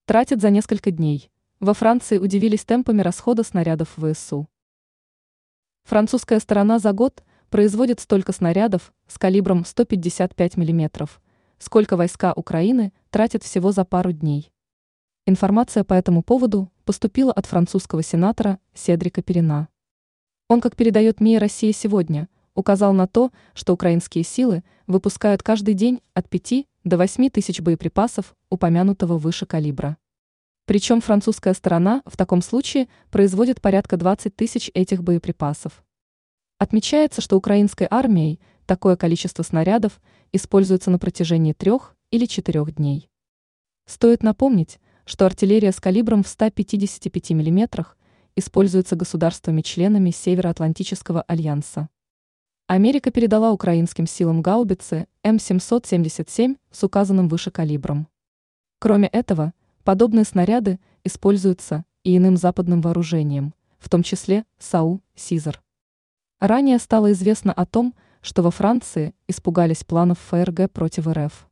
тратит за несколько дней. Во Франции удивились темпами расхода снарядов ВСУ. Французская сторона за год производит столько снарядов с калибром 155 мм, сколько войска Украины тратят всего за пару дней. Информация по этому поводу поступила от французского сенатора Седрика Перина. Он, как передает МИА «Россия сегодня», указал на то, что украинские силы выпускают каждый день от 5 до 8 тысяч боеприпасов упомянутого выше калибра. Причем французская сторона в таком случае производит порядка 20 тысяч этих боеприпасов. Отмечается, что украинской армией такое количество снарядов используется на протяжении 3 или 4 дней. Стоит напомнить, что артиллерия с калибром в 155 мм используется государствами-членами Североатлантического альянса. Америка передала украинским силам гаубицы М777 с указанным выше калибром. Кроме этого, подобные снаряды используются и иным западным вооружением, в том числе САУ «Сизар». Ранее стало известно о том, что во Франции испугались планов ФРГ против РФ.